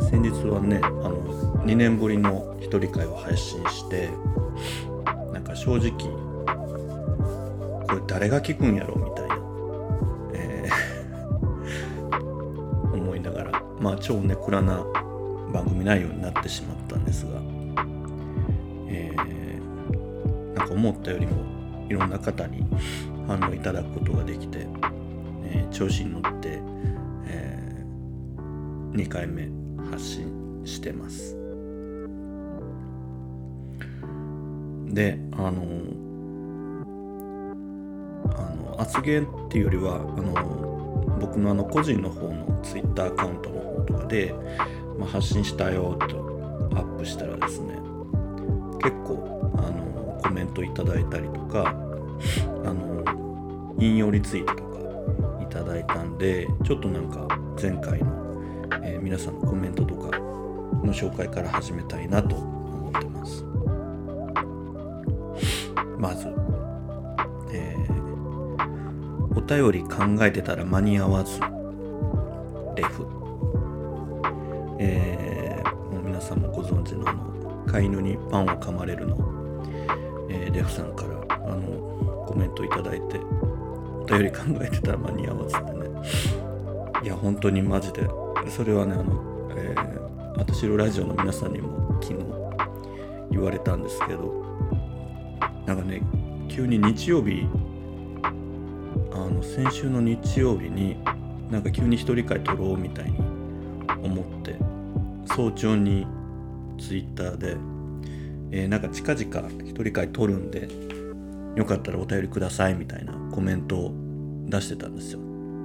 先日はね2年ぶりの一人会を配信して、なんか正直これ誰が聞くんやろみたいな、思いながら、超ネクラな番組内容になってしまったんですが、なんか思ったよりもいろんな方に反応いただくことができて、調子に乗って、2回目発信してます。で、発言っていうよりは僕の僕の個人の方のツイッターアカウントの方とかで、発信したよとアップしたらですね、結構コメントいただいたりとか引用リツイートとかいただいたんで、ちょっとなんか前回の、皆さんのコメントとかの紹介から始めたいなと思ってます。まず、お便り考えてたら間に合わずレフ、もう皆さんもご存知の飼い犬にパンを噛まれるの、レフさんからコメントいただいて、お便り考えてたら間に合わずってね、いや本当にマジでそれはねあたしろラジオの皆さんにも昨日言われたんですけど、なんかね急に日曜日先週の日曜日になんか急に一人会撮ろうみたいに思って、早朝にツイッターで、なんか近々一人会撮るんでよかったらお便りくださいみたいなコメントを出してたんですよ。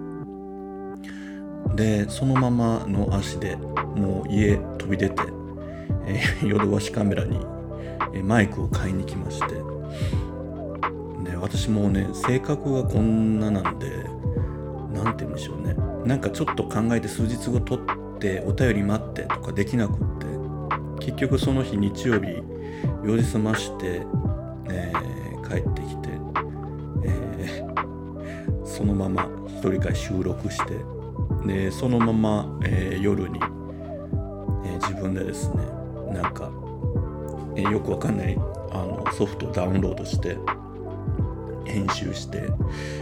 でそのままの足でもう家飛び出て、ヨドバシカメラに、マイクを買いに来まして、私もね性格がこんななんで、なんて言うんでしょうね、なんかちょっと考えて数日後撮ってお便り待ってとかできなくって、結局その日日曜日用事済まして、帰ってきて、そのまま一人会収録して、でそのまま、夜に、自分でですねなんか、よくわかんないソフトをダウンロードして編集して、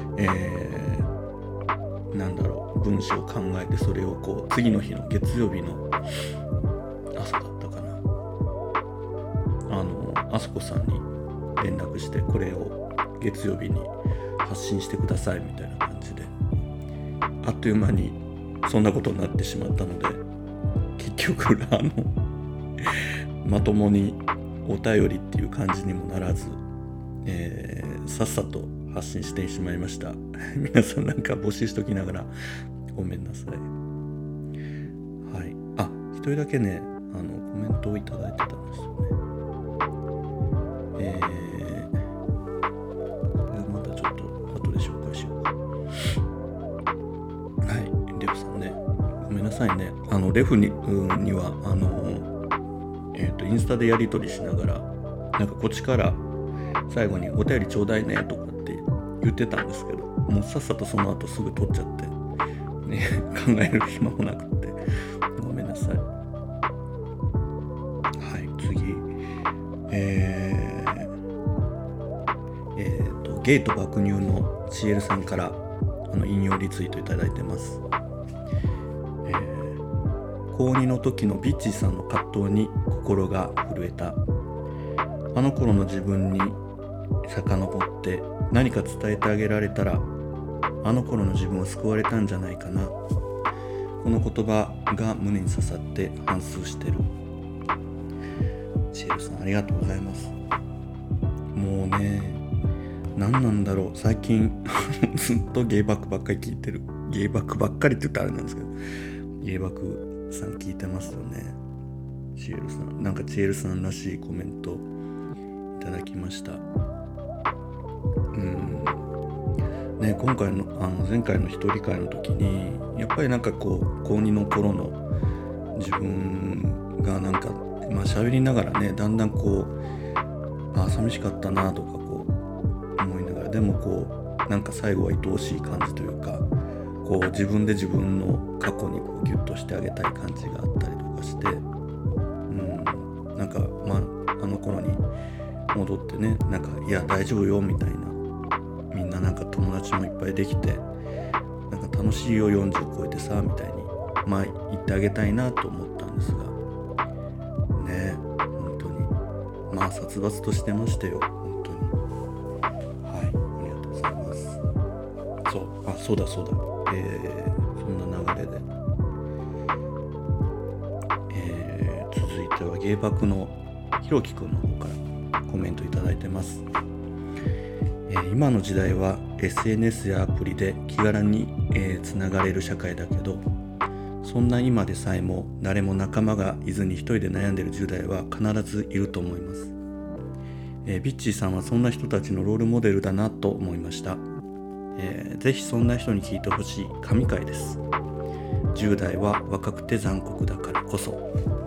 文章を考えて、それをこう次の日の月曜日の朝だったかな、あそこさんに連絡して、これを月曜日に発信してくださいみたいな感じで、あっという間にそんなことになってしまったので、結局まともにお便りっていう感じにもならず、さっさと発信してしまいました。皆さんなんか募集しときながらごめんなさい。はい。一人だけねコメントをいただいてたんですよね。またちょっと後で紹介しようか。はい、レフさんね、ごめんなさいね。レフにはインスタでやり取りしながら、なんかこっちから最後にお便りちょうだいねとかって言ってたんですけど、もうさっさとその後すぐ取っちゃって、ね、考える暇もなくってごめんなさい。はい、次、ゲート爆乳のシエルさんから引用リツイートいただいてます。高2の時のビッチーさんの葛藤に心が震えた。あの頃の自分に遡って何か伝えてあげられたら、あの頃の自分を救われたんじゃないかな。この言葉が胸に刺さって反芻してる。シエルさんありがとうございます。もうね、何なんだろう、最近ずっとゲイバックばっかり聞いてる。ゲイバックばっかりって言ったらあれなんですけど、ゲイバックさん聞いてますよね。シエルさん、なんかチエルさんらしいコメントいただきました。ね、今回の前回の一人会の時にやっぱりなんかこう高2の頃の自分がなんか喋りながらね、だんだんこう寂しかったなとかこう思いながら、でもこうなんか最後は愛おしい感じというか、こう自分で自分の過去にこうギュッとしてあげたい感じがあったりとかかして、なんかあの頃に戻ってね、なんかいや大丈夫よみたいな、みんななんか友達もいっぱいできて、なんか楽しいよ40超えてさみたいに言ってあげたいなと思ったんですがね、本当に殺伐としてましたよ、本当に。はい、ありがとうございます。そうだ、そんな流れで、続いては芸爆のひろきくんの方からコメントいただいてます。今の時代は SNS やアプリで気軽につながれる社会だけど、そんな今でさえも誰も仲間がいずに一人で悩んでいる10代は必ずいると思います。ビッチーさんはそんな人たちのロールモデルだなと思いました。ぜひそんな人に聞いてほしい神回です。10代は若くて残酷だからこそ。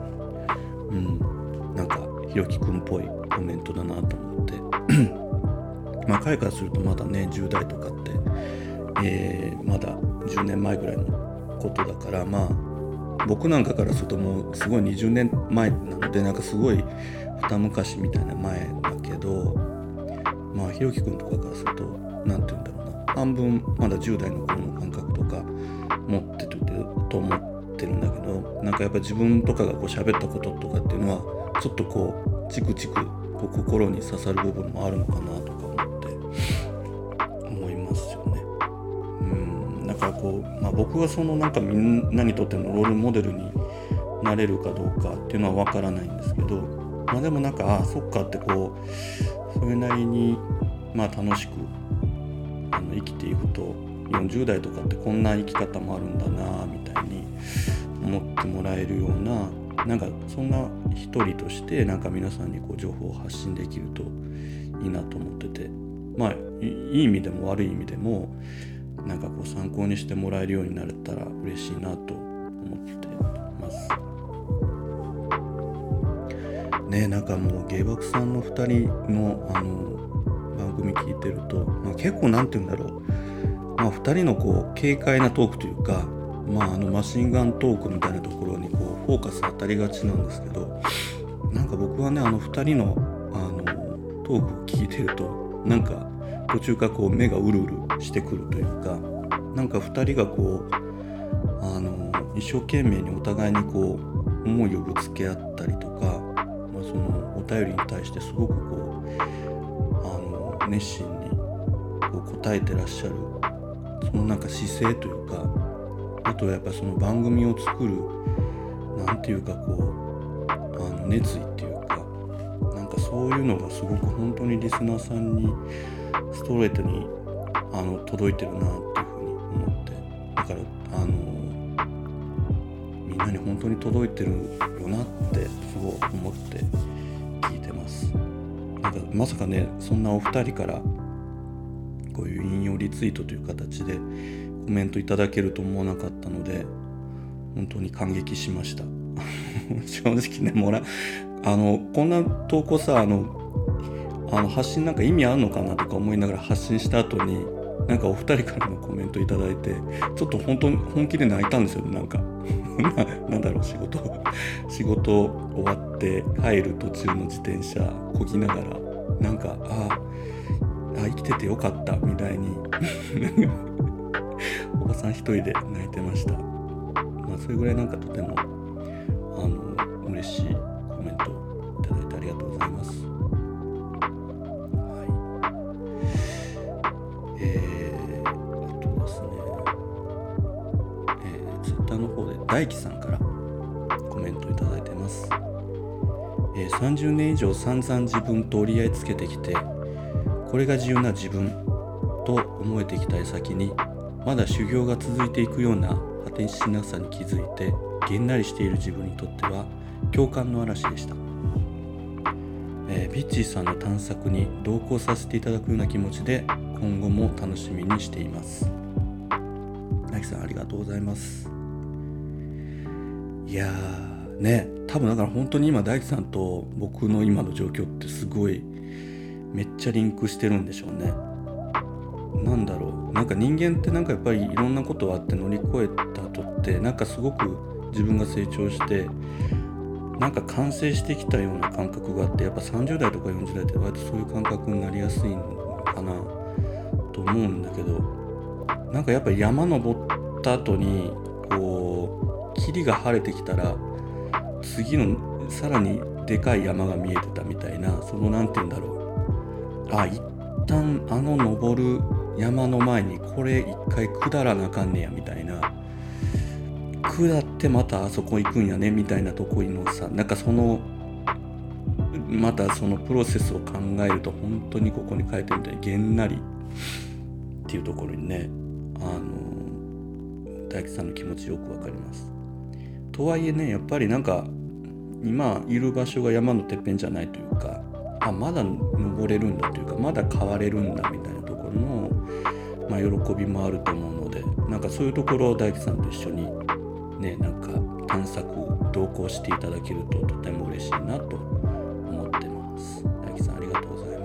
なんかひろきくんっぽいコメントだなと思って彼からするとまだね10代とかって、まだ10年前ぐらいのことだから、僕なんかからするともうすごい20年前なので、なんかすごい二昔みたいな前だけど、ひろきくんとかからするとなんて言うんだろうな、半分まだ10代の頃の感覚とか持ってると思ってるんだけど、なんかやっぱ自分とかがこう喋ったこととかっていうのはちょっとこうチクチクこう心に刺さる部分もあるのかなとか思いますよね。だからこう、僕はそのなんかみんなにとってのロールモデルになれるかどうかっていうのは分からないんですけど、でもなんかそっかってこうそれなりに楽しく生きていくと、40代とかってこんな生き方もあるんだなみたいに思ってもらえるような、なんかそんな一人としてなんか皆さんにこう情報を発信できるといいなと思ってて、いい意味でも悪い意味でもなんかこう参考にしてもらえるようになれたら嬉しいなと思ってますね。なんかもう芸爆さんの2人の番組聞いてると、結構なんて言うんだろう、2人のこう軽快なトークというか、マシンガントークみたいなところにこうフォーカス当たりがちなんですけど、なんか僕はね2人のトークを聞いてると、なんか途中からこう目がうるうるしてくるというか、なんか2人がこう一生懸命にお互いにこう思いをぶつけ合ったりとか、そのお便りに対してすごくこう熱心にこう答えてらっしゃる、そのなんか姿勢というか、あとはやっぱその番組を作るなんていうかこう熱意っていうか、なんかそういうのがすごく本当にリスナーさんにストレートに届いてるなっていうふうに思って、だからみんなに本当に届いてるよなってすごい思って聞いてます。なんかまさかね、そんなお二人からこういう引用リツイートという形でコメントいただけると思わなかったので、本当に感激しました正直ね、こんな投稿さ、発信なんか意味あるのかなとか思いながら発信した後に、なんかお二人からのコメントいただいて、ちょっと本気で泣いたんですよね。なんかなんだろう、仕事終わって帰る途中の自転車漕ぎながら、なんか生きててよかったみたいにおばさん一人で泣いてました。それぐらいなんかとても嬉しいコメントいただいてありがとうございます。あとですね、ツイッターの方で大輝さんからコメントいただいてます。30年以上散々自分と折り合いつけてきて、これが自由な自分と思えてきた矢先に、まだ修行が続いていくような果てしなさに気づいて、げんなりしている自分にとっては共感の嵐でした。ビッチーさんの探索に同行させていただくような気持ちで今後も楽しみにしています。なきさんありがとうございます。いやーね、多分だから本当に今大輝さんと僕の今の状況ってすごいめっちゃリンクしてるんでしょうね。なんだろう、なんか人間ってなんかやっぱりいろんなことがあって乗り越えた後って、なんかすごく自分が成長してなんか完成してきたような感覚があって、やっぱ30代とか40代って割とそういう感覚になりやすいのかなと思うんだけど、なんかやっぱり山登った後にこう霧が晴れてきたら次のさらにでかい山が見えてたみたいな、そのなんて言うんだろう、一旦登る山の前にこれ一回下らなあかんねやみたいな、下ってまたあそこ行くんやねみたいなとこのさ、なんかそのまたそのプロセスを考えると本当にここに書いてるみたいにげんなりっていうところにね、大吉さんの気持ちよくわかります。とはいえね、やっぱりなんか今いる場所が山のてっぺんじゃないというか、まだ登れるんだというか、まだ変われるんだみたいなところの、喜びもあると思うので、なんかそういうところを大吉さんと一緒にね、なんか探索同行していただけるととても嬉しいなと思ってます。大吉さんありがとうござい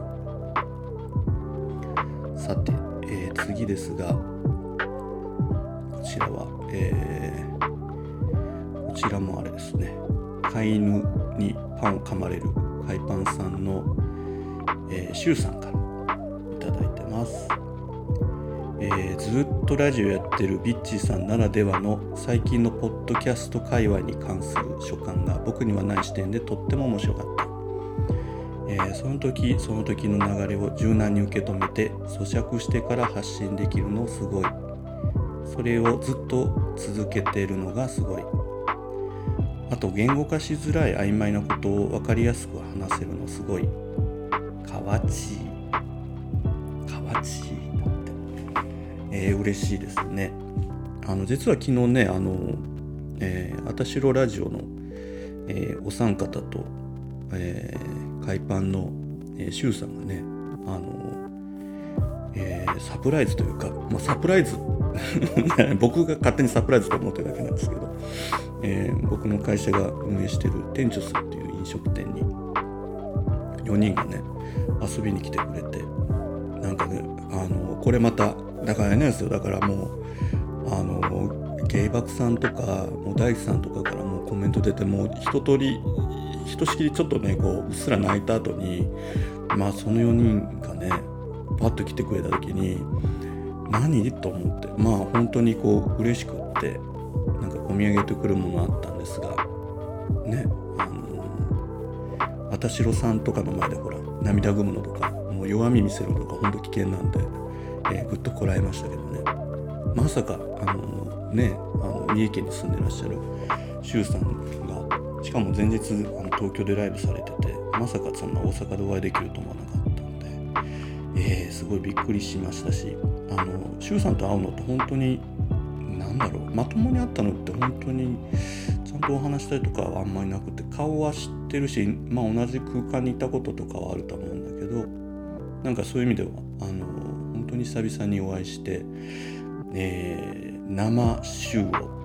ます。さて、次ですが、こちらは、こちらもあれですね、飼い犬にパンを噛まれる飼いパンさんの、シュウさんからいただいてます。ずっとラジオやってるビッチーさんならではの最近のポッドキャスト界隈に関する所感が僕にはない視点でとっても面白かった。その時その時の流れを柔軟に受け止めて咀嚼してから発信できるのすごい。それをずっと続けているのがすごい。あと言語化しづらい曖昧なことを分かりやすく話せるのすごい。かわちいかわちい嬉しいですね。実は昨日ね、あたしろラジオの、お三方と、海パンの、シュウさんがね、サプライズというか、サプライズ僕が勝手にサプライズと思ってるだけなんですけど、僕の会社が運営してる店長さんという飲食店に4人がね遊びに来てくれて、なんかねこれまただからねですよ。だからもうゲイバクさんとかもう大地さんとかからもうコメント出て、もう一通りひとしきりちょっとねこううっすら泣いた後に、その4人がねパッと来てくれた時に何と思って、本当にこう嬉しくってなんか込み上げてくるものあったんですがね、あたしろさんとかの前でほら涙ぐむのとかもう弱み見せるのとか本当危険なんで、ぐっとこらえましたけどね。まさか三重県に住んでらっしゃるシュウさんがしかも前日東京でライブされてて、まさかそんな大阪でお会いできると思わなかったんで、すごいびっくりしましたし、シュウさんと会うのって本当にまともに会ったのって本当にちゃんとお話したりとかはあんまりなくて、顔は知ってるし、同じ空間にいたこととかはあると思うんだけど、なんかそういう意味では本当に久々にお会いして、生シュウを、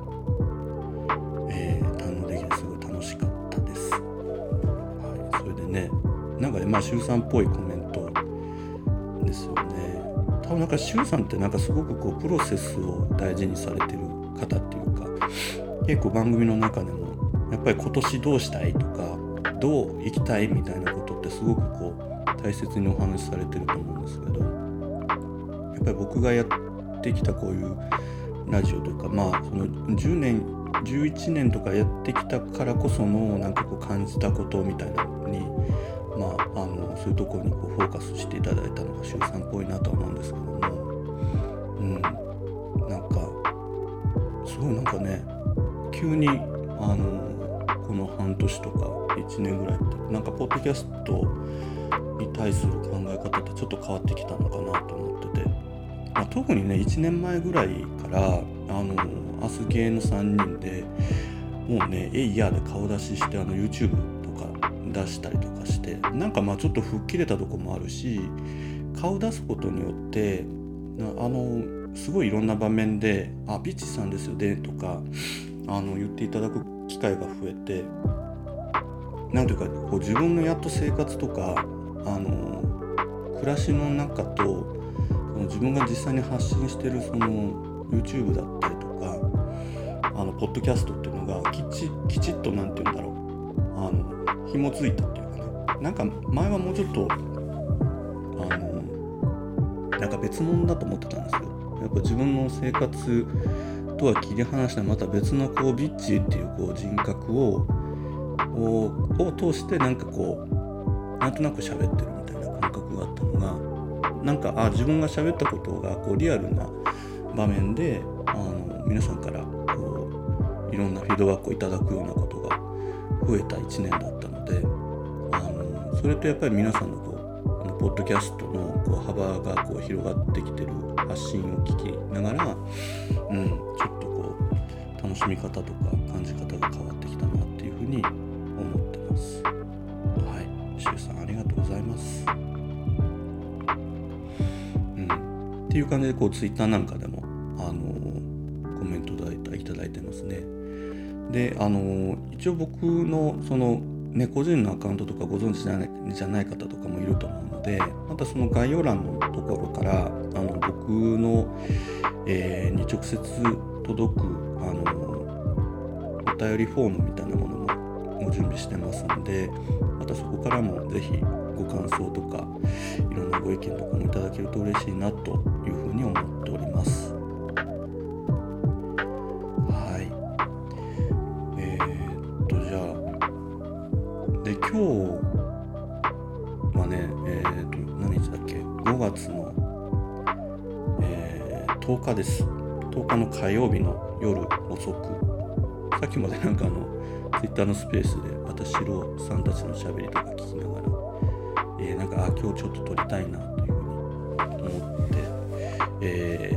堪能できてすごい楽しかったです。それでね、なんかね、シュウさんっぽいコメントですよね。多分なんかシュウさんってなんかすごくこうプロセスを大事にされてる方っていうか、結構番組の中でもやっぱり今年どうしたいとかどう生きたいみたいなことってすごくこう大切にお話しされてると思うんですけど、やっぱり僕がやってきたこういうラジオというか、その10年11年とかやってきたからこそのなんかこう感じたことみたいなのに、そういうところにこうフォーカスしていただいたのがシュウさんっぽいなとは思うんですけども、なんかすごいなんかね、急にこの半年とか1年ぐらいってなんかポッドキャストに対する考え方ってちょっと変わってきたのかなと思ってて、特にね1年前ぐらいからアスゲーの3人でもうねエイヤーで顔出ししてYouTube とか出したりとかして、なんかちょっと吹っ切れたとこもあるし、顔出すことによってすごいいろんな場面でビッチさんですよねとか言っていただく機会が増えて、なんていうかこう自分のやっと生活とか暮らしの中と自分が実際に発信してるその YouTube だったりとかポッドキャストっていうのがきちっとなんていうんだろう、紐づいたっていうかね、なんか前はもうちょっとなんか別物だと思ってたんですよ。やっぱ自分の生活とは切り離したまた別のこうビッチーっていうこう人格を通してなんかこうなんとなく喋ってるみたいな感覚があったのが、なんか自分が喋ったことがこうリアルな場面で皆さんからこういろんなフィードバックをいただくようなことが増えた1年だったので、それとやっぱり皆さんのこうポッドキャストのこう幅がこう広がってきてる発信を聞きながら、ちょっとこう楽しみ方とか感じ方が変わってきたなっていうふうに思ってます。はい、しゅうさんありがとうございます。っていう感じでこうツイッターなんかでもコメントいただいてますね。で一応僕のその個人のアカウントとかご存知じゃない方とかもいると思うので、またその概要欄のところから僕の、に直接届くお便りフォームみたいなものもご準備してますので、またそこからもぜひご感想とかいろんなご意見とかもいただけると嬉しいなというふうに思っております。今日はね、何日だっけ、5月の、10日です。10日の火曜日の夜遅く、さっきまでなんかTwitter のスペースで私ろさんたちのしゃべりとか聞きながら、なんか今日ちょっと撮りたいなというふうに思って、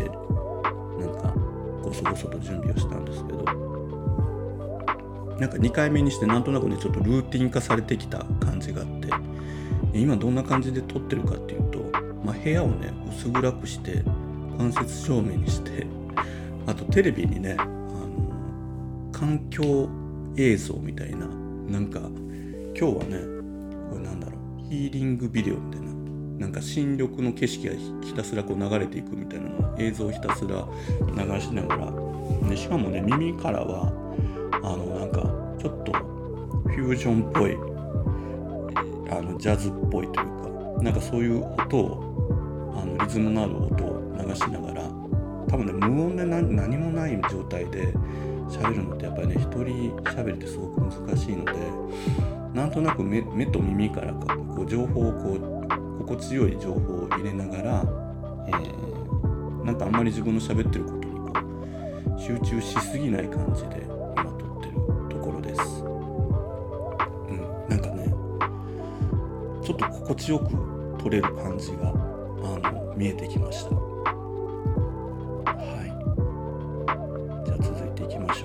なんかごそごそと準備をしたんですけど、なんか2回目にしてなんとなくねちょっとルーティン化されてきた感じがあって、今どんな感じで撮ってるかっていうと、部屋をね薄暗くして間接照明にして、あとテレビにね環境映像みたいな、なんか今日はねこれなんだろう、ヒーリングビデオみたいな、なんか新緑の景色がひたすらこう流れていくみたいなの映像をひたすら流しながら、でしかもね耳からはなんかちょっとフュージョンっぽいジャズっぽいというか、なんかそういう音をリズムのある音を流しながら、多分ね無音で何もない状態で喋るのってやっぱりね一人喋りってすごく難しいので、なんとなく 目と耳からこう情報をこう心地よい情報を入れながら、なんかあんまり自分の喋ってることにこう集中しすぎない感じで今撮ってるところです。なんかねちょっと心地よく撮れる感じが見えてきました。はい、じゃあ続いていきましょ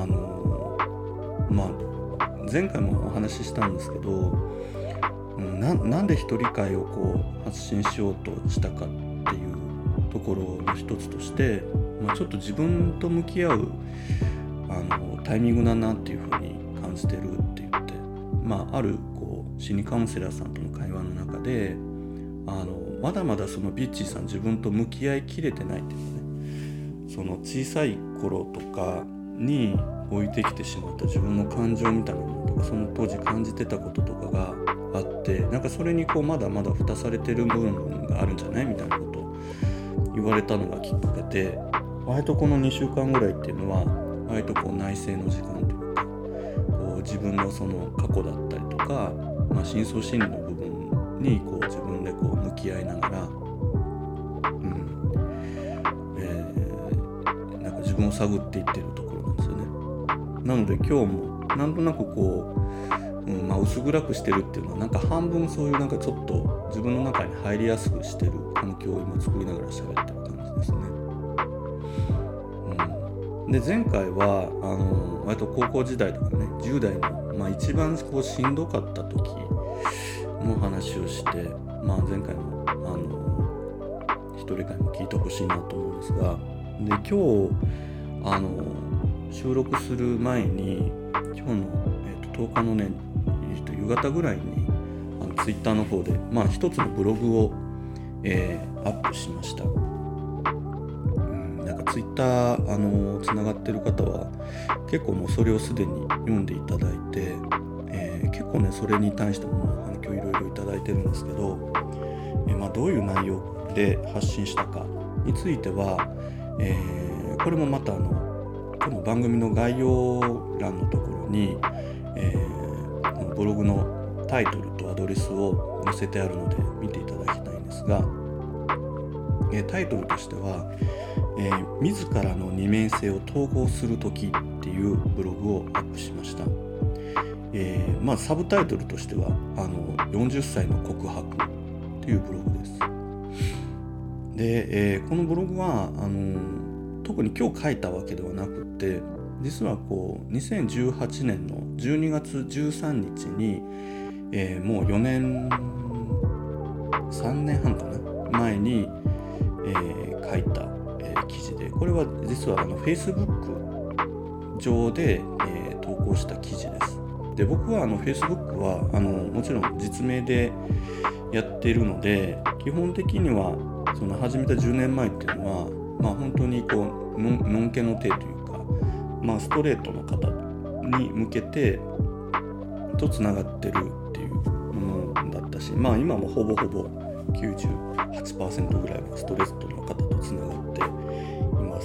う。前回もお話ししたんですけど、なんで一人会をこう発信しようとしたかっていうところの一つとして、ちょっと自分と向き合うタイミングだなっていうふうに感じてるって言って、あるこう心理カウンセラーさんとの会話の中でまだまだそのビッチーさん自分と向き合いきれてないっていうね、その小さい頃とかに置いてきてしまった自分の感情みたいなものとか、その当時感じてたこととかがあって、なんかそれにこうまだまだ蓋されてる部分があるんじゃないみたいなことを言われたのがきっかけで、割とこの2週間ぐらいっていうのは割とこう内省の時間というか、こう自分のその過去だったりとか、深層心理の部分にこう自分でこう向き合いながら、なんか自分を探っていってるところなんですよね。なので今日もなんとなくこう、薄暗くしてるっていうのはなんか半分そういうなんかちょっと自分の中に入りやすくしてる環境を今作りながら喋ってる感じですね。で前回は割と高校時代とかね10代の、一番こうしんどかった時の話をして、前回も一人会も聞いてほしいなと思うんですが、で今日収録する前に今日の、10日のね夕方ぐらいにツイッターの方で一つのブログを、アップしました。なんかツイッターつながってる方は結構もうそれをすでに読んでいただいて、結構ねそれに対しても反響いろいろいただいてるんですけど、どういう内容で発信したかについては、これもまたこの番組の概要欄のところに、このブログのタイトルとアドレスを載せてあるので見ていただきたいんですが、タイトルとしては、自らの二面性を統合するときっていうブログをアップしました。サブタイトルとしては40歳の告白っていうブログです。で、このブログは特に今日書いたわけではなくて、実は2018年の12月13日に、もう4年3年半かな前に、書いた、記事で、これは実はFacebook 上で、投稿した記事です。で、僕はFacebook はもちろん実名でやっているので、基本的にはその始めた10年前っていうのは、本当にのんけの体というか、ストレートの方に向けてとつながってるっていうものだったし、今もほぼほぼ 98% ぐらいはストレートの方とつながっています。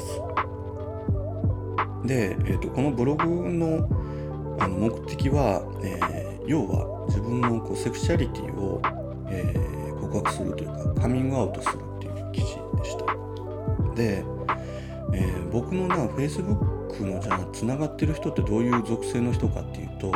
で、このブログの目的は、要は自分のセクシャリティを、告白するというかカミングアウトするっていう記事でした。で、僕のFacebook のつながってる人ってどういう属性の人かっていうと、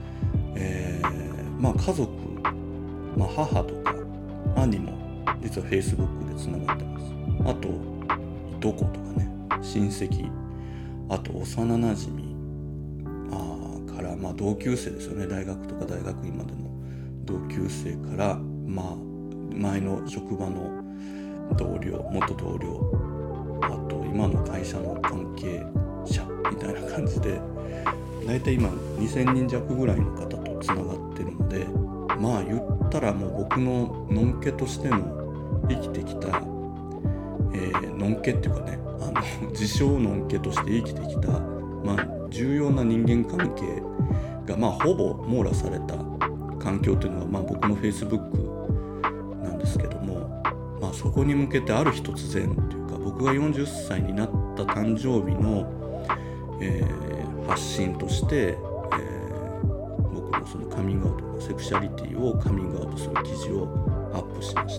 家族、母とか兄も実は Facebook でつながってます。あといとことかね、親戚、あと幼なじみから、同級生ですよね。大学とか大学院までの同級生から、前の職場の元同僚、あと今の会社の関係者みたいな感じで、だいたい今2000人弱ぐらいの方とつながってるので、言ったらもう僕ののんけとしての生きてきた、のんけっていうかね、自称のんけとして生きてきた、重要な人間関係がほぼ網羅された環境っていうのが僕の Facebook なんですけども、そこに向けてある日突然というか、僕が40歳になった誕生日の、発信として、僕のそのカミングアウト、セクシャリティをカミングアウトする記事をアップしました。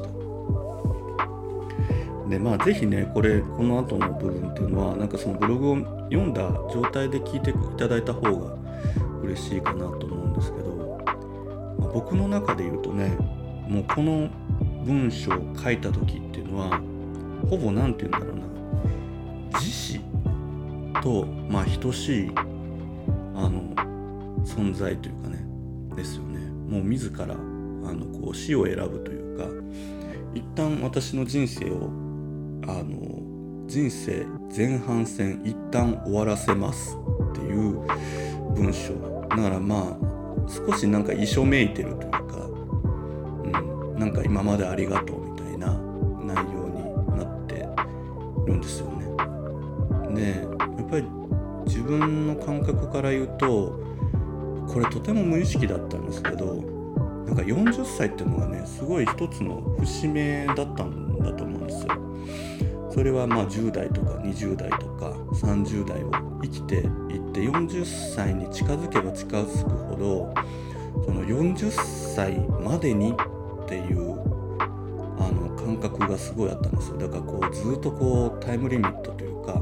で、ぜひね、この後の部分っていうのはそのブログを読んだ状態で聞いていただいた方が嬉しいかなと思うんですけど、僕の中で言うとね、もうこの文章を書いた時っていうのはほぼ自死と等しい存在というかねですよね。もう自ら死を選ぶというか、一旦私の人生を人生前半戦一旦終わらせますっていう文章だから、少し遺書めいてるというか、今までありがとうみたいな内容になってるんですよね。で、やっぱり自分の感覚から言うと、これとても無意識だったんですけど、40歳っていうのがね、すごい一つの節目だったんだと思うんですよ。それは10代とか20代とか30代を生きていって40歳に近づけば近づくほど、その40歳までにっていう感覚がすごいあったんですよ。だからずっとタイムリミットというか、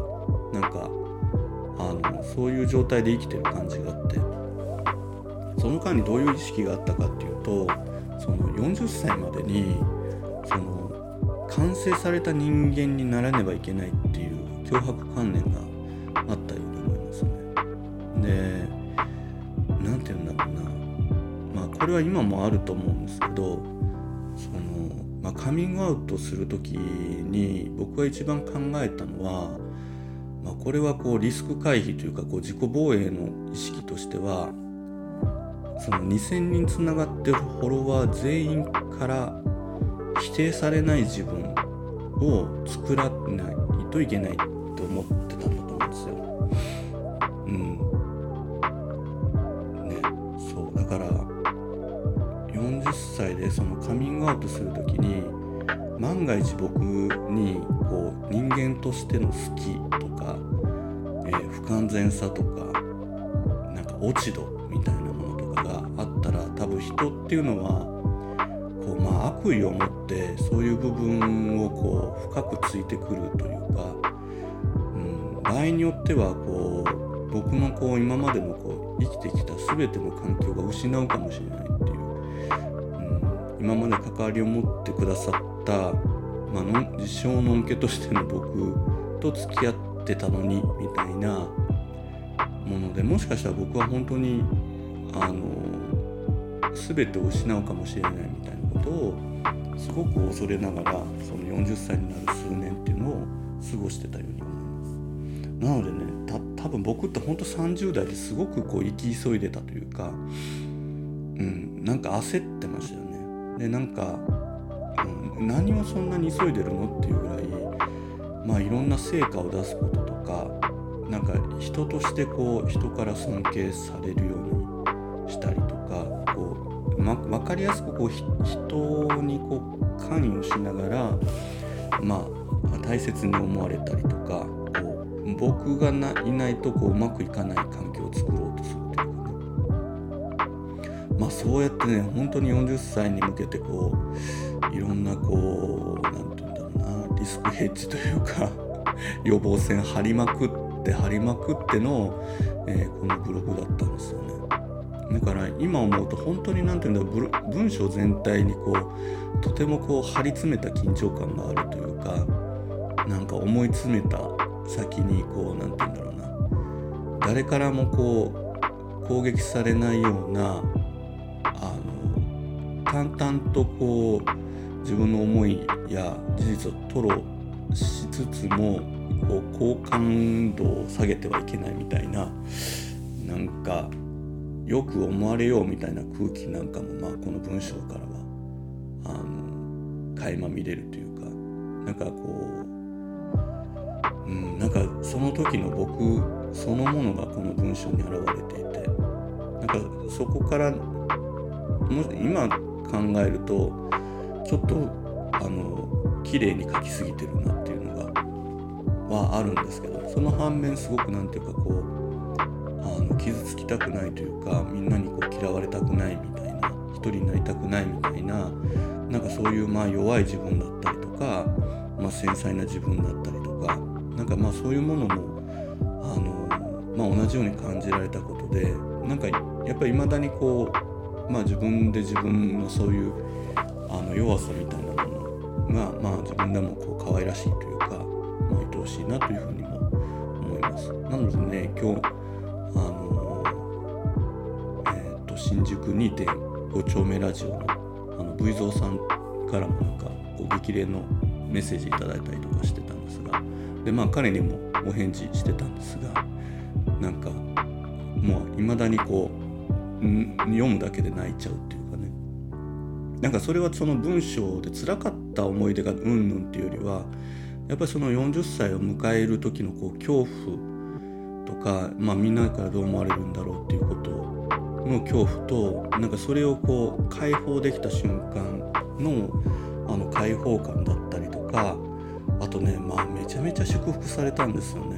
そういう状態で生きてる感じがあって、その間にどういう意識があったかっていうと、その40歳までにその完成された人間にならねばいけないっていう強迫観念があったように思いますね。で、なんていうんだろうな、これは今もあると思うんですけど、カミングアウトするときに僕が一番考えたのは、これはリスク回避というか自己防衛の意識としては、その2000人つながってるフォロワー全員から否定されない自分を作らないといけないとと思ってたんだと思うんですよ。そうだから40歳でそのカミングアウトするときに、万が一僕にこう人間としての好きとか、不完全さとかなんか落ち度みたいなものとかがあったら、多分人っていうのはこう、悪意を持ってそういう部分をこう深くついてくるというか、場合によってはこう僕のこう今までのこう生きてきた全ての環境が失うかもしれないっていう、今まで関わりを持ってくださった、自称のんけとしての僕と付き合ってたのにみたいなもので、もしかしたら僕は本当に全てを失うかもしれないみたいなことをすごく恐れながら、その40歳になる数年っていうのを過ごしてたように思います。なのでね、多分僕って本当30代ですごくこう生き急いでたというか、なんか焦ってましたよね。でなんか、何をそんなに急いでるのっていうぐらい、いろんな成果を出すこととか、なんか人としてこう人から尊敬されるようにしたりとか、こう分かりやすくこう人にこう関与しながら、大切に思われたりとか、こう僕がいないとこううまくいかない環境を作ろうとするというかね、そうやってね、本当に40歳に向けてこういろんなこうなんていうんだろうな、リスクヘッジというか予防線張りまくっての、このブログだったんですよね。だから今思うと本当になんていうんだろう、文章全体にこうとてもこう張り詰めた緊張感があるというか、なんか思い詰めた先にこうなんていうんだろうな、誰からもこう攻撃されないような、淡々とこう自分の思いや事実を吐露しつつも、こう好感度を下げてはいけないみたいな、なんかよく思われようみたいな空気なんかも、この文章からは垣間見れるというか、なんかこう、なんかその時の僕そのものがこの文章に現れていて、なんかそこから今考えるとちょっと綺麗に書きすぎてるなっていうのがはあるんですけど、その反面すごくなんていうかこう傷つきたくないというか、みんなにこう嫌われたくないみたいな、一人になりたくないみたいな、なんかそういう弱い自分だったりとか、繊細な自分だったりとか、なんかそういうものも同じように感じられたことで、なんかやっぱり未だにこう自分で自分のそういう弱さみたいなものが、自分でもこう可愛らしいというか、愛おしいなというふうにも思います。なのでね、今日新宿 2.5 丁目ラジオのV 蔵さんからもなんかこう激励のメッセージいただいたりとかしてたんですが、で彼にもお返事してたんですが、なんかもう未だにこう読むだけで泣いちゃうっていうかね、なんかそれはその文章で辛かった思い出がうんぬんっていうよりは、やっぱりその40歳を迎える時のこう恐怖とか、みんなからどう思われるんだろうっていうことの恐怖と、なんかそれをこう解放できた瞬間の解放感だったりとか、あとね、めちゃめちゃ祝福されたんですよね。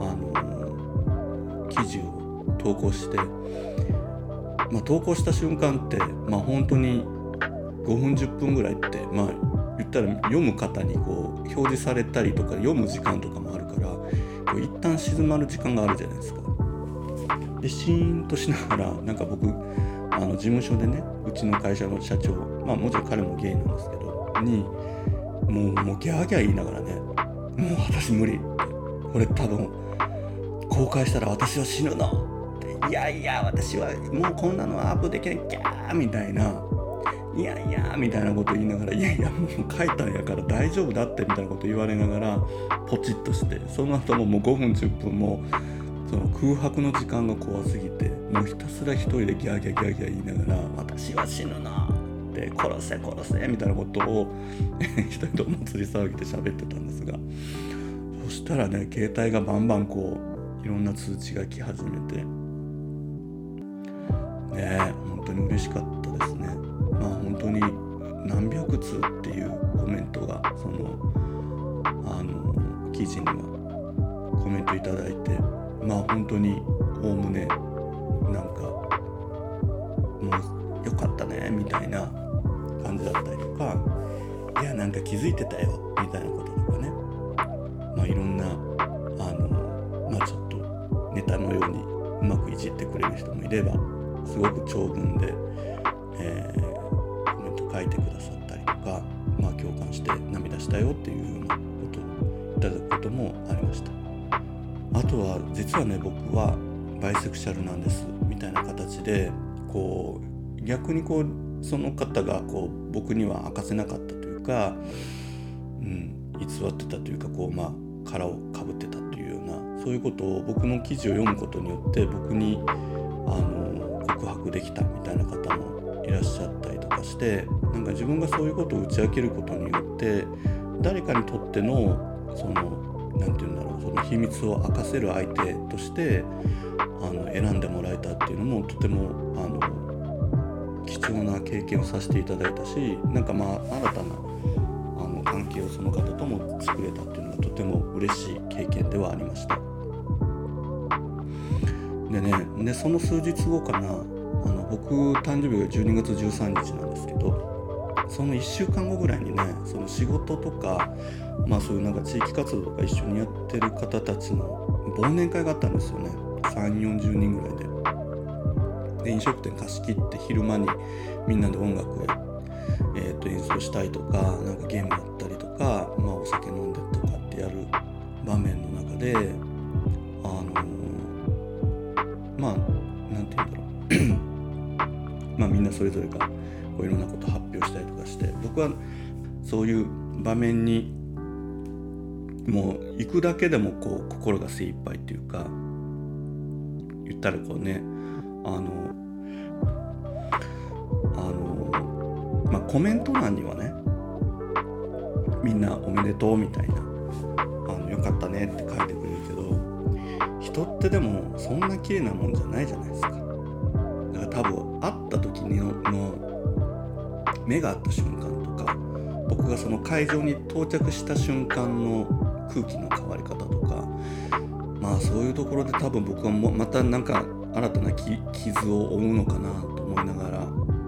記事を投稿して、投稿した瞬間って、本当に5分10分ぐらいって、言ったら読む方にこう表示されたりとか読む時間とかもあるから、こう一旦静まる時間があるじゃないですか。でシーンとしながら、なんか僕事務所でね、うちの会社の社長、もちろん彼もゲイなんですけどにもうギャーギャー言いながらね、もう私無理、これ多分公開したら私は死ぬの、いやいや私はもうこんなのはアップできない、ギャーみたいな、いやいやみたいなこと言いながら、いやいやもう書いたんやから大丈夫だってみたいなこと言われながらポチッとして、その後ももう5分10分もその空白の時間が怖すぎて、もうひたすら一人でギャーギャーギャーギャー言いながら、私は死ぬなって殺せ殺せみたいなことを一人でお祭り騒ぎで喋ってたんですが、 そしたらね、携帯がバンバンこういろんな通知が来始めてね、本当に嬉しかったですね。本当に何百通っていうコメントがその記事にはコメントいただいて、本当におおむねなんかもうよかったねみたいな感じだったりとか、いやなんか気づいてたよみたいなこととかね、いろんなちょっとネタのようにうまくいじってくれる人もいれば、すごく長文で、コメント書いてくださったりとか、共感して涙したよっていうようなことをいただくこともありました。あとは実はね、僕はバイセクシャルなんですみたいな形でこう逆にこうその方がこう僕には明かせなかったというか、偽ってたというかこう殻をかぶってたというような、そういうことを僕の記事を読むことによって僕に告白できたみたいな方もいらっしゃったりとかして、なんか自分がそういうことを打ち明けることによって誰かにとってのそのなんていうんだろう、その秘密を明かせる相手として選んでもらえたっていうのもとても貴重な経験をさせていただいたし、なんか新たな関係をその方とも作れたっていうのがとても嬉しい経験ではありました。でその数日後かな、僕誕生日が12月13日なんですけど、その1週間後ぐらいにね、その仕事とかそういうなんか地域活動とか一緒にやってる方たちの忘年会があったんですよね。3、40人ぐらいで飲食店貸し切って昼間にみんなで音楽や演奏したりとか、なんかゲームやったりとか、お酒飲んでとかってやる場面の中でなんて言うんだろうみんなそれぞれがこういろんなこと発表したりとかして、僕はそういう場面にもう行くだけでもこう心が精一杯っていうか、言ったらこうねコメント欄にはね、みんなおめでとうみたいなよかったねって書いてくれるけど、人ってでもそんな綺麗なもんじゃないじゃないですか。だから多分会った時の目が合った瞬間とか、僕がその会場に到着した瞬間の空気の変わり方とか、そういうところで多分僕はまたなんか新たな傷を負うのかなと思いながら、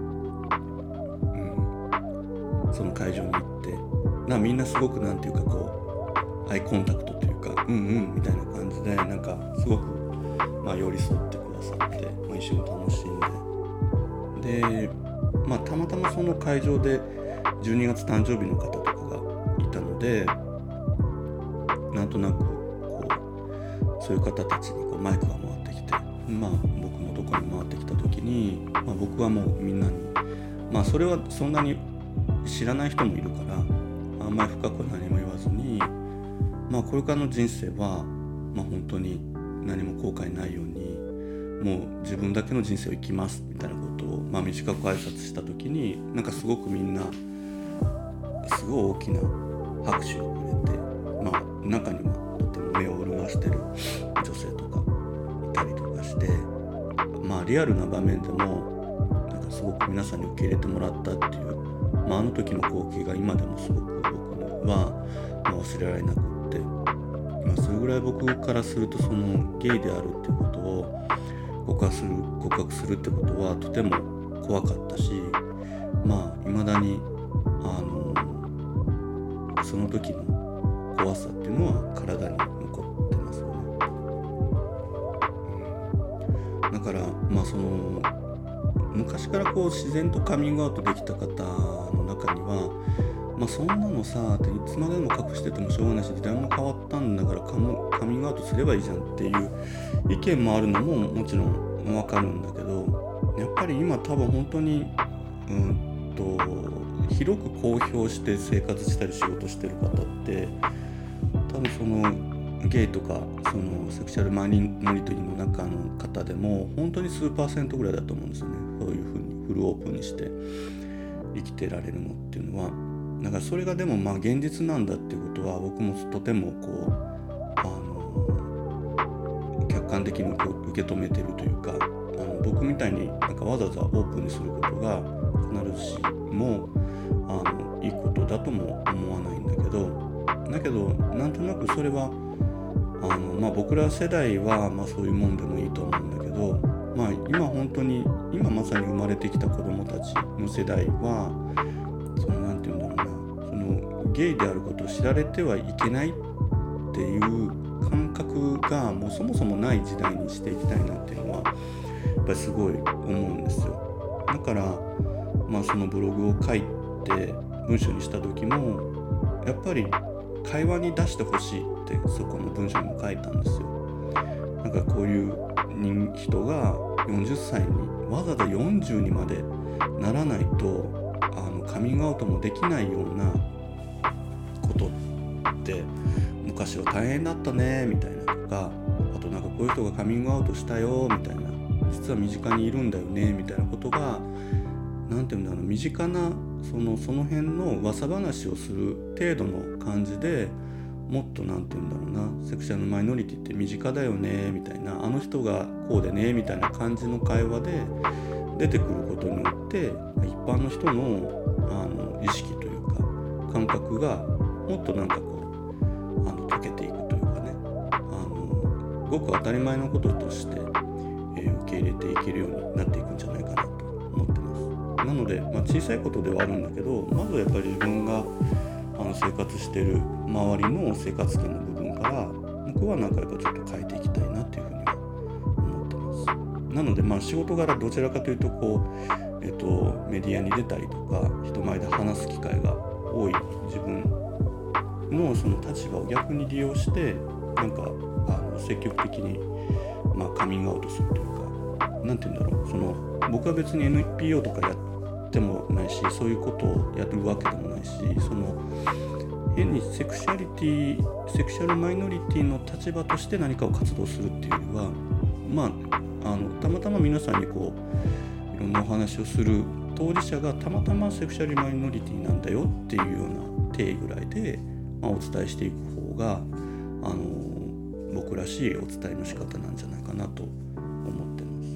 その会場に行ってみんなすごくなんていうかこうアイコンタクトというかみたいな感じで、なんかすごく寄り添ってくださって、一緒に楽しんで、でたまたまその会場で12月誕生日の方とかがいたので、なんとなくこうそういう方たちにこうマイクが回ってきて、僕のところに回ってきた時に、僕はもうみんなにそれはそんなに知らない人もいるからあんまり深く何も言わずに、これからの人生は、本当に何も後悔ないようにもう自分だけの人生を生きますみたいなことを、短く挨拶した時に、なんかすごくみんなすごい大きな拍手をくれて、中にはとても目を潤してる女性とかいたりとかして、リアルな場面でもなんかすごく皆さんに受け入れてもらったっていう、あの時の光景が今でもすごく僕は忘れられなくって、それぐらい僕からするとそのゲイであるっていうことを告白するってことはとても怖かったし、未だにその時の怖さっていうのは体に残ってますよね。だからその昔からこう自然とカミングアウトできた方の中には、そんなのさっていつまでも隠しててもしょうがないし、時代も変わったんだからカミングアウトすればいいじゃんっていう意見もあるのももちろん分かるんだけど、やっぱり今多分本当に広く公表して生活したり仕事してる方って多分そのゲイとかそのセクシャルマイノリティの中の方でも本当に数%ぐらいだと思うんですよね。そういうふうにフルオープンにして生きてられるのっていうのは、だからそれがでも現実なんだっていうことは僕もとてもこ客観的に受け止めてるというか、僕みたいになんかわざわざオープンにすることが必ずしもいいことだとも思わないんだけどなんとなくそれは僕ら世代はそういうもんでもいいと思うんだけど、今本当に今まさに生まれてきた子どもたちの世代はなんていうんだろうな、ゲイであることを知られてはいけないっていう感覚がもうそもそもない時代にしていきたいなっていうのはやっぱりすごい思うんですよ。だからそのブログを書いて文章にした時もやっぱり会話に出してほしいってそこの文章にも書いたんですよ。なんかこういう人が40歳にわざわざ40にまでならないとカミングアウトもできないようなことって昔は大変だったねみたいなとか、あとなんかこういう人がカミングアウトしたよみたいな、実は身近にいるんだよねみたいなことがなんていうんだろう、身近なその辺の噂話をする程度の感じでもっとなんていうんだろうな、セクシャルマイノリティって身近だよねみたいな、あの人がこうでねみたいな感じの会話で出てくることによって一般の人の意識というか感覚がもっとなんか溶けていくというかね、ごく当たり前のこととして、受け入れていけるようになっていくんじゃないかなと思ってます。なので、小さいことではあるんだけど、まずはやっぱり自分が生活してる周りの生活圏の部分から僕はなんかやっぱちょっと変えていきたいなっていうふうには思ってます。なので仕事柄どちらかというとメディアに出たりとか人前で話す機会が多い自分のその立場を逆に利用してなんか積極的にカミングアウトするというか、なんていうんだろう、僕は別に NPO とかやってもないし、そういうことをやるわけでもないし、変にセクシャルマイノリティの立場として何かを活動するっていうよりは、たまたま皆さんにいろんなお話をする当事者がたまたまセクシャルマイノリティなんだよっていうような体ぐらいで、お伝えしていく方が僕らしいお伝えの仕方なんじゃないかなと思ってます。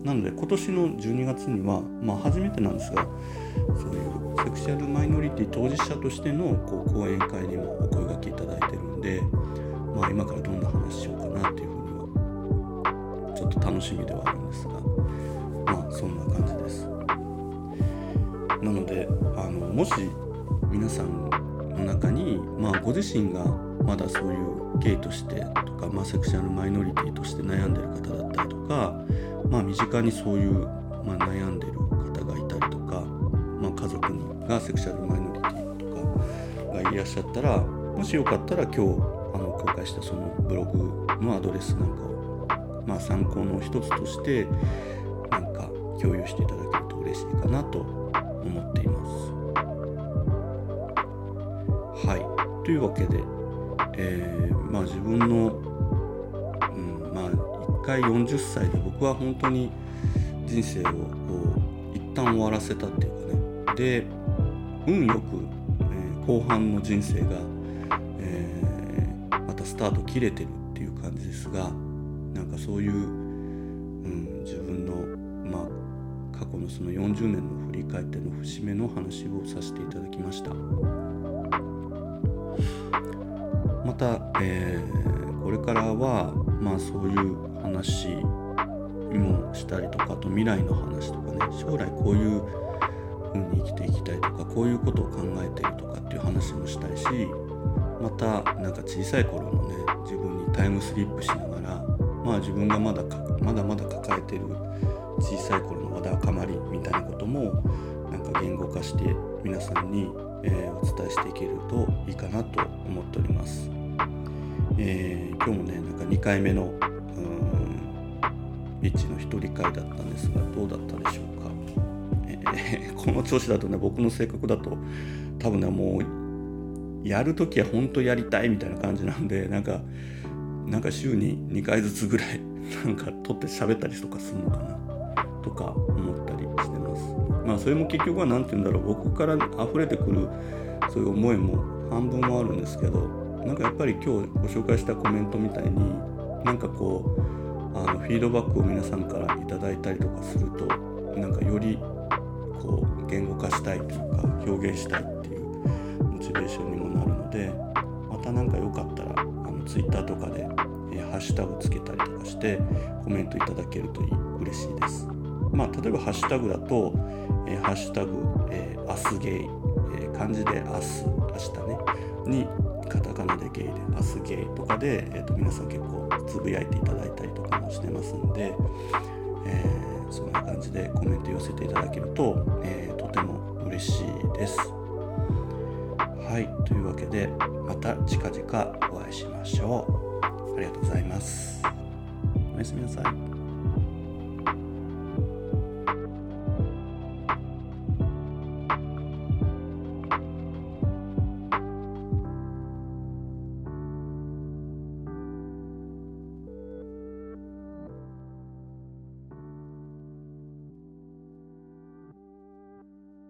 なので今年の12月には、初めてなんですが、そういうセクシャルマイノリティ当事者としての講演会にもお声掛けいただいてるんで、今からどんな話しようかなっていうふうにはちょっと楽しみではあるんですが、そんな感じです。なのでもし皆さんの中に、ご自身がまだそういうゲイとしてとか、セクシャルマイノリティとして悩んでる方だったりとか、身近にそういう、悩んでる方がいたりとか、家族がセクシャルマイノリティとかがいらっしゃったら、もしよかったら今日公開したそのブログのアドレスなんかを、参考の一つとしてなんか共有していただけると嬉しいかなと思っています。はい、というわけで、自分の、一回40歳で僕は本当に人生を一旦終わらせたっていうかね、で運よく、後半の人生が、またスタート切れてるっていう感じですが、なんかそういう、自分の、過去のその40年の振り返っての節目の話をさせていただきました。また、これからは、そういう話もしたりとか、あと未来の話とかね、将来こういう風に生きていきたいとか、こういうことを考えているとかっていう話もしたいし、またなんか小さい頃のね自分にタイムスリップしながら、自分がまだまだ抱えている小さい頃のわだかまりみたいなこともなんか言語化して皆さんに、お伝えしていけるといいかなと思っております。今日もねなんか2回目のビッチの一人会だったんですが、どうだったでしょうか。この調子だとね、僕の性格だと多分ね、もうやるときは本当やりたいみたいな感じなんで、なんか週に2回ずつぐらいなんか撮って喋ったりとかするのかなとか思ったりしてます。それも結局はなんて言うんだろう、僕から溢れてくるそういう思いも半分はあるんですけど、 なんかやっぱり今日ご紹介したコメントみたいになんかこうフィードバックを皆さんからいただいたりとかするとなんかよりこう言語化したいというか表現したいっていうモチベーションにもなるので、またなんかよかったらツイッターとかで、ハッシュタグつけたりとかしてコメントいただけると嬉しいです。例えばハッシュタグだと、ハッシュタグ、アスゲイ、漢字で明日ねにカタカナでゲイでアスゲイとかで、皆さん結構つぶやいていただいたりとかもしてますんで、そんな感じでコメント寄せていただけると、とても嬉しいです。はい、というわけでまた近々お会いしましょう。ありがとうございます。おやすみなさい。